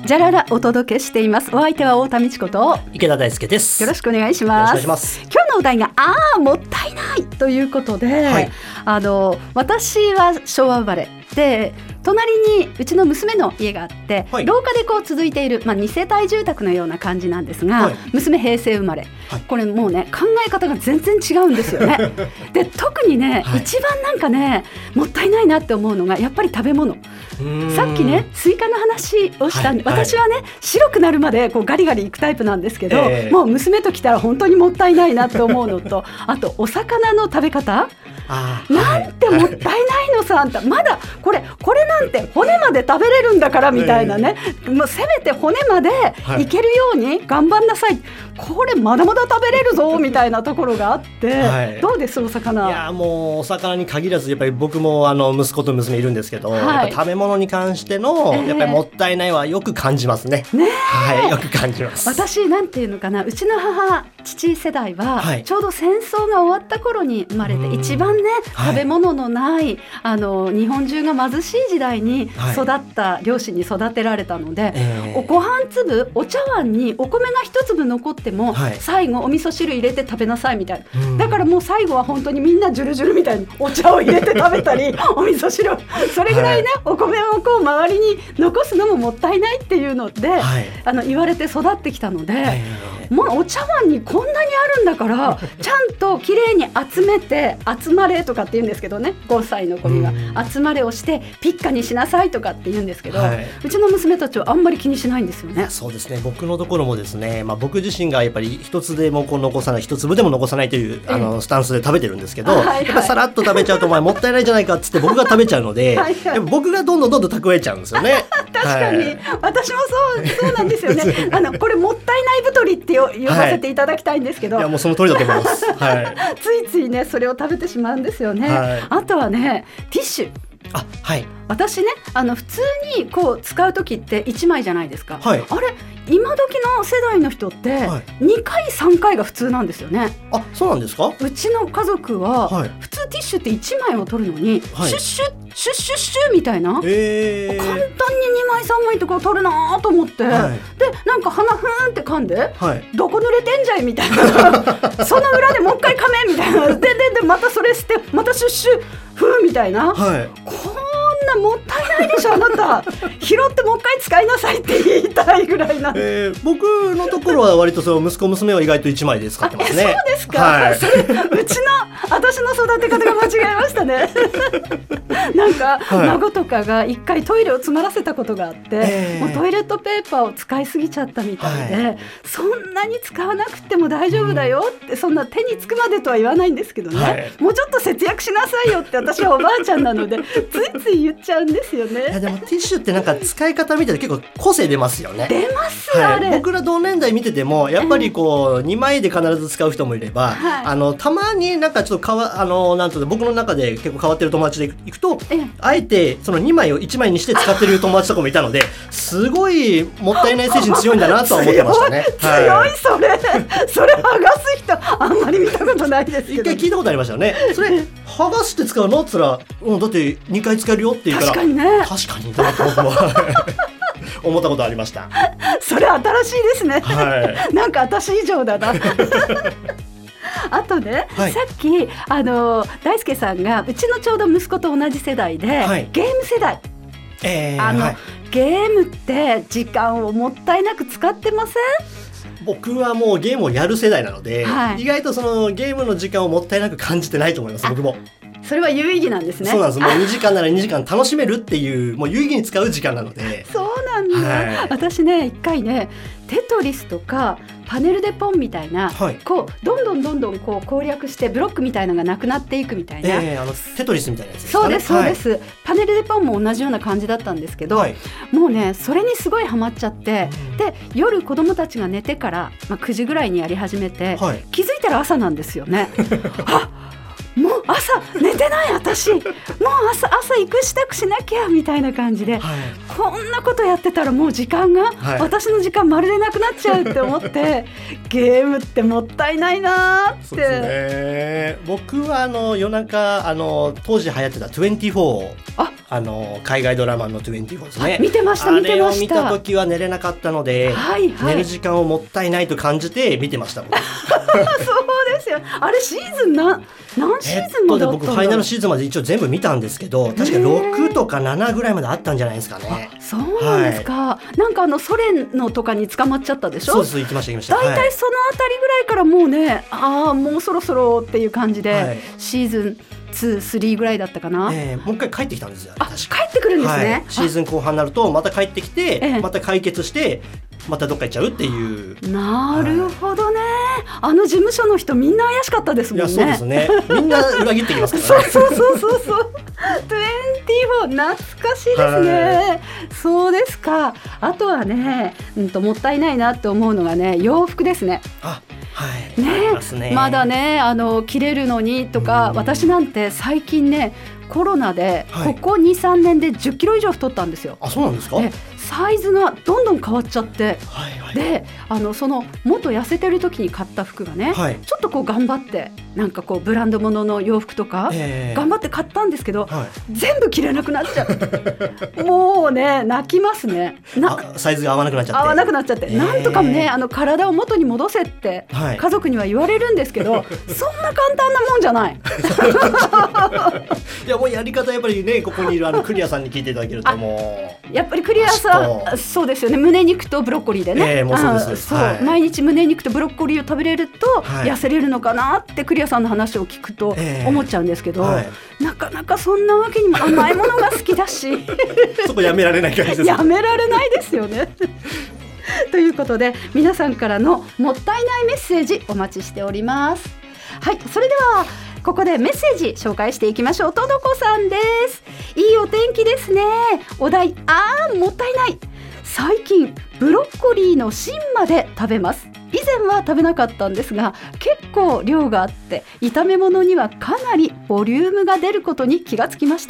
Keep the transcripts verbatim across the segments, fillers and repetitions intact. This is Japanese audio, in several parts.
じゃららお届けしています。お相手は太田美智子と池田大輔です。 よろしくお願いします。 よろしくお願いします。 今日のお題があーもったいないということで、はい、あの私は昭和生まれで、隣にうちの娘の家があって、はい、廊下でこう続いている、まあ、に世帯住宅のような感じなんですが、はい、娘平成生まれ、はい、これもうね考え方が全然違うんですよねで特にね、はい、一番なんかねもったいないなって思うのがやっぱり食べ物。さっきねスイカの話をしたんで、はいはい、私はね白くなるまでこうガリガリいくタイプなんですけど、えー、もう娘と来たら本当にもったいないなと思うのとあとお魚の食べ方あなんてもったいないのさ、あんたまだこれこれなんて骨まで食べれるんだからみたいなね、えー、もうせめて骨までいけるように頑張んなさい、はい、これまだまだ食べれるぞみたいなところがあって、はい、どうですお魚。 いやもうお魚に限らずやっぱり僕もあの息子と娘いるんですけど、はい、やっぱ食べ物に関しての、えー、やっぱりもったいないはよく感じますね。ねはい、よく感じます。 私なんていうのかな、うちの母父世代は、はい、ちょうど戦争が終わった頃に生まれて一番ね、はい、食べ物のないあの日本中が貧しい時代に育った、はい、両親に育てられたので、えー、おご飯粒お茶碗にお米が一粒残っても、はい、最後お味噌汁入れて食べなさいみたいな、うん、だからもう最後は本当にみんなジュルジュルみたいにお茶を入れて食べたりお味噌汁をそれぐらいね、はい、お米をこう周りに残すのももったいないっていうので、はい、あの言われて育ってきたので、はい、もうお茶碗にこんなにあるんだからちゃんときれいに集めて集まれとかって言うんですけどね、ごさいの子には集まれをしてピッカにしなさいとかって言うんですけど、はい、うちの娘たちはあんまり気にしないんですよね。 そうですね、僕のところもですね、まあ、僕自身がやっぱり一つでもこう残さない一粒でも残さないというあのスタンスで食べてるんですけど、はいはい、やっぱさらっと食べちゃうとお前もったいないじゃないかっつって僕が食べちゃうのではい、はい、僕がどんどんどんどん蓄えちゃうんですよね確かに、はい、私もそう、そうなんですよねあのこれもったいない太りって呼ばせていただきたいんですけど、 はい、いやもうその通りだと思います、はい、 ついついねそれを食べてしまうんですよね、はい、あとはねティッシュ。 あ、はい、 私ねあの普通にこう使う時っていちまいじゃないですか、はい、あれ今時の世代の人ってにかいさんかいが普通なんですよね。 あ、そうなんですか。 うちの家族は普通ティッシュっていちまいを取るのに、はい、シュッシュッシュッシュッシュみたいな、えー、簡単ににまいさんまいとか取るなと思って、はい、でなんか鼻ふーんって噛んで、はい、どこ濡れてんじゃいみたいなその裏でもう一回噛めみたいなでででまたそれ捨てまたシュッシュふーみたいな、はい、こんなもったいないでしょあなた拾ってもう一回使いなさいって言いたいぐらいな、 えー、僕のところは割とその息子娘は意外といちまいで使ってますね。 そうですか、はい、それうちの私の育て方が間違えましたねなんか、はい、孫とかが一回トイレを詰まらせたことがあって、えー、もうトイレットペーパーを使いすぎちゃったみたいで、はい、そんなに使わなくても大丈夫だよって、うん、そんな手につくまでとは言わないんですけどね、はい、もうちょっと節約しなさいよって私はおばあちゃんなのでついつい言っちゃうんですよね。 いやでもティッシュってなんか使い方見てて結構個性出ますよね。 出ます、はい、あれ僕ら同年代見ててもやっぱりこうにまいで必ず使う人もいれば、はい、あのたまになんかちょっとかわあのなんと僕の中で結構変わってる友達で行くとあえてそのにまいをいちまいにして使ってる友達とかもいたのですごいもったいない精神強いんだなとは思ってましたね。 強い、はい、それそれ剥がす人あんまり見たことないですけど、 一回聞いたことありましたよね。それ剥がして使うのって言ったら、うん、だってにかい使えるよって言うから確かにね確かにだなと僕も思ったことありました。 それ新しいですね、 はい、 なんか私以上だなあとね、はい、さっきあの大輔さんがうちのちょうど息子と同じ世代で、はい、ゲーム世代、えー、あの、はい、ゲームって時間をもったいなく使ってません？ 僕はもうゲームをやる世代なので、はい、意外とそのゲームの時間をもったいなく感じてないと思います。僕もそれは有意義なんですね。 そうなんです。もうにじかんならにじかん楽しめるっていうもう有意義に使う時間なので。 そうなんだ、はい、私ね一回ねテトリスとかパネルでポンみたいな、はい、こうどんどんどんどんこう攻略してブロックみたいなのがなくなっていくみたいな、 えー、あのテトリスみたいなやつですかね。 そうですそうです、はい、パネルでポンも同じような感じだったんですけど、はい、もうねそれにすごいハマっちゃって、うん、で夜子供たちが寝てから、まあ、くじぐらいにやり始めて、はい、気づいたら朝なんですよねあもう朝寝てない私もう朝朝行く支度しなきゃみたいな感じで、はい、こんなことやってたらもう時間が、はい、私の時間まるでなくなっちゃうって思ってゲームってもったいないなって。 そうですね、僕はあの夜中あの当時流行ってたにじゅうよん、ああの海外ドラマのにじゅうよんですね。 見てました見てました。 あれを見た時は寝れなかったので、 はいはい、 寝る時間をもったいないと感じて見てました。そうですよ。あれシーズンな何シーズンまであったんだろう。 僕ファイナルシーズンまで一応全部見たんですけど、確かろくとかななぐらいまであったんじゃないですかね。 そうなんですか、はい、なんかあのソ連のとかに捕まっちゃったでしょ。 そうです行きました行きました。 大体そのあたりぐらいからもうね、ああもうそろそろっていう感じで、はい、シーズンに、さんぐらいだったかな、 えー、もう一回帰ってきたんですよ。 あ、帰ってくるんですね、 はい、シーズン後半になるとまた帰ってきて、 えー、 また解決してまたどっか行っちゃうっていう。 なるほどね、はい、あの事務所の人みんな怪しかったですもんね。 いやそうですね、みんな裏切ってきますからね。 そうそうそうそうそうにじゅうよん懐かしいですね、はい、そうですか。あとはね、うんともったいないなって思うのがね、洋服ですね。 あはいね、 あますね。 まだねあの着れるのにとか、私なんて最近ねコロナでここ にさんねんでじゅっキロ以上太ったんですよ。 あ、そうなんですか。 サイズがどんどん変わっちゃって、 はいはい、 であのその元痩せてる時に買った服がね、はい、ちょっとこう頑張ってなんかこうブランド物の洋服とか、えー、頑張って買ったんですけど、はい、全部着れなくなっちゃうもうね泣きますね。なサイズが合わなくなっちゃって合わなくなっちゃって、えー、なんとかねあの体を元に戻せって、はい、家族には言われるんですけどそんな簡単なもんじゃないいやもうやり方やっぱりね、ここにいるあのクリアさんに聞いていただけるともうやっぱりクリアさんそうですよね。胸肉とブロッコリーでね、 えー、もうそうですそう、はい、毎日胸肉とブロッコリーを食べれると痩せれるのかなってクリアさんの話を聞くと思っちゃうんですけど、えーはい、なかなかそんなわけにも甘いものが好きだしそこやめられない感じです。 やめられないですよねということで皆さんからのもったいないメッセージお待ちしております。はい、それではここでメッセージ紹介していきましょう。とどこさんです。いいお天気ですね。お題、あーもったいない。最近ブロッコリーの芯まで食べます。以前は食べなかったんですが結構量があって炒め物にはかなりボリュームが出ることに気がつきました。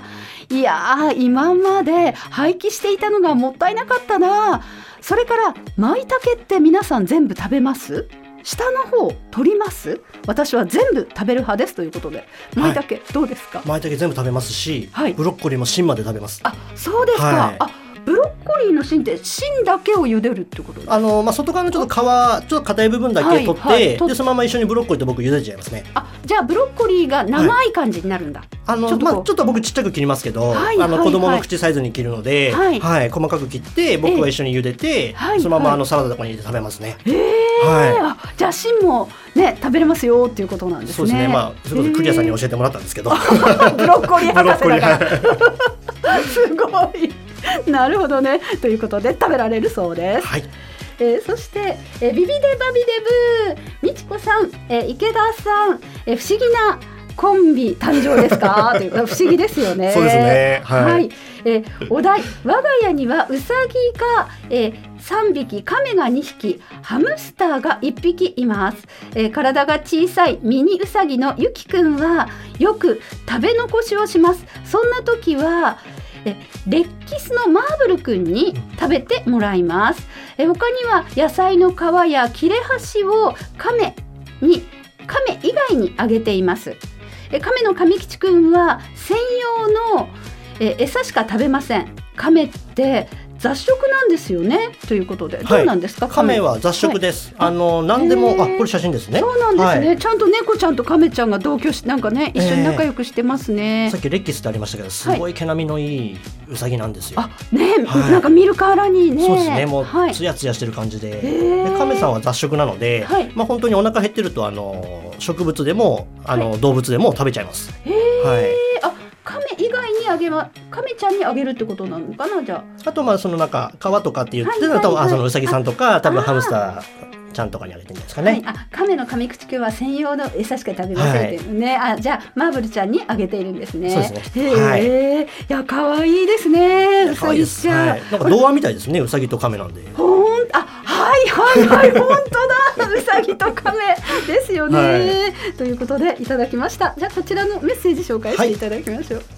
いやー今まで廃棄していたのがもったいなかったな。それから舞茸って皆さん全部食べます？下の方取ります？私は全部食べる派ですということで、舞茸、はい、どうですか？ 舞茸全部食べますし、はい、ブロッコリーも芯まで食べます。 あ、そうですか、はい、あブロッコリーの芯って芯だけを茹でるってことですか？ あの、まあ、外側のちょっと皮ちょっと硬い部分だけ取って、はいはい、でそのまま一緒にブロッコリーと僕茹でちゃいますね。 あ、じゃあブロッコリーが長い感じになるんだ、はい、 あのちょっと、まあ、ちょっと僕ちっちゃく切りますけど、はい、あの子供の口サイズに切るので、はいはい、細かく切って僕は一緒に茹でて、はい、そのままあのサラダとかに入れて食べますね。へー、はい、 あじゃあ芯も、ね、食べれますよっていうことなんですね。 そうですね、まあ、それこそクリアさんに教えてもらったんですけどブロッコリー博士だからすごいなるほどね。ということで食べられるそうです、はい。えー、そして、えー、ビビデバビデブみちこさん、えー、池田さん、えー、不思議なコンビ誕生ですかというか不思議ですよね。 そうですね、はい、はい。 えー、お題、我が家にはウサギが、えー、さんびき、カメがにひき、ハムスターがいっぴきいます、えー、体が小さいミニウサギのゆきくんはよく食べ残しをします。そんな時はえレッキスのマーブルくんに食べてもらいます。え他には野菜の皮や切れ端をカメにカメ以外にあげています。えカメの神吉くんは専用のえ餌しか食べません。カメって雑食なんですよねということで、はい、どうなんですか？ カメは雑食です、はい、あの何でもあこれ写真ですね。 そうなんですね、はい、ちゃんと猫ちゃんとカメちゃんが同居しなんかね一緒に仲良くしてますね、 えー、さっきレッキスってありましたけどすごい毛並みのいいウサギなんですよ、 あね、はい、なんか見るからにねそうですねもうツヤツヤしてる感じで、でカメさんは雑食なので、はいまあ、本当にお腹減ってるとあの植物でもあの、はい、動物でも食べちゃいます。 へー、はい、あカメ以外にあげまカメちゃんにあげるってことなのかな。じゃああとまあそのなんか皮とかって言ってるのは、はいはいはい、多分あそのウサギさんとか多分ハムスターちゃんとかにあげてるんですかね、はい、 あカメの神口くんは専用の餌しか食べませんっていうね、はい、あじゃあマーブルちゃんにあげているんですね。 そうですね、 へー、はい、いや可愛いですねウサギちゃん、はい、 なんか童話みたいですねウサギとカメなんで。 ほんあはいはいはい本当だウサギとカメですよね、はい、ということでいただきました。じゃあこちらのメッセージ紹介していただきましょう、はい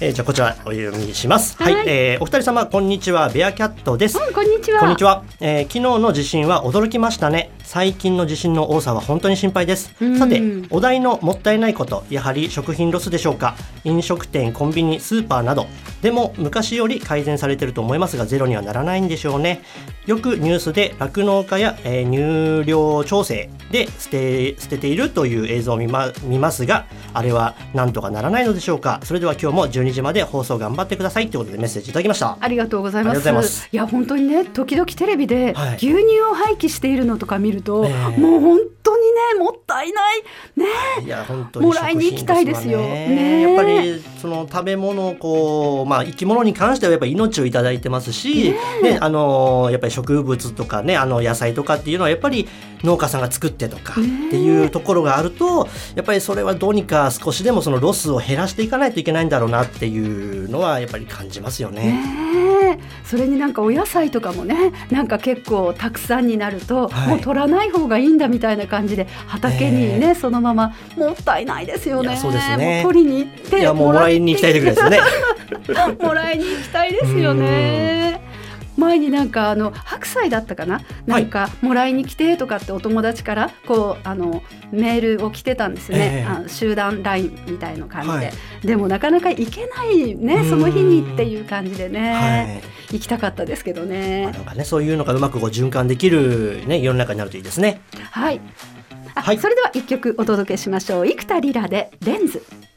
えー、じゃあこちらお読みします。はい、はい、えー、お二人様こんにちは、ベアキャットです。 うん、こんにちは。 こんにちは、えー、昨日の地震は驚きましたね。最近の地震の多さは本当に心配です。さて、お題のもったいないこと、やはり食品ロスでしょうか。飲食店、コンビニ、スーパーなどでも昔より改善されていると思いますが、ゼロにはならないんでしょうね。よくニュースで酪農家や、えー、乳量調整で捨て、捨てているという映像を 見, ま見ますが、あれはなんとかならないのでしょうか。それでは今日もじゅうにじまで放送頑張ってくださいということでメッセージいただきました。 ありがとうございます。ますいや本当にね、時々テレビで牛乳を廃棄しているのとか見ると、はい、もう本当にね、もったいないね。 いや本当にもらいに行きたいですよ、ね、 やっぱりその食べ物をこう、まあ、生き物に関してはやっぱり命をいただいてますし、ねね、あのやっぱり植物とかね、あの野菜とかっていうのはやっぱり農家さんが作ってとかっていうところがあると、やっぱりそれはどうにか少しでもそのロスを減らしていかないといけないんだろうなっていうのはやっぱり感じますよね。 ね、それになんかお野菜とかもね、なんか結構たくさんになると、はい、もう取らない方がいいんだみたいな感じで畑にね、そのままもったいないですよね。 そうですね、 もう取りに行っていやもうもらいに行きたいところですよねもらいに行きたいですよね。前になんかあの白菜だったかな、なんかもらいに来てとかってお友達からこうあのメールを来てたんですよね、えー、あの集団 ライン みたいな感じで、はい、でもなかなか行けないね、その日にっていう感じでね、はい、行きたかったですけどね。 なんかね、そういうのがうまくこう循環できる、ね、世の中になるといいですね。 はい、あ、はい、それではいっきょくお届けしましょう。生田リラでレンズ。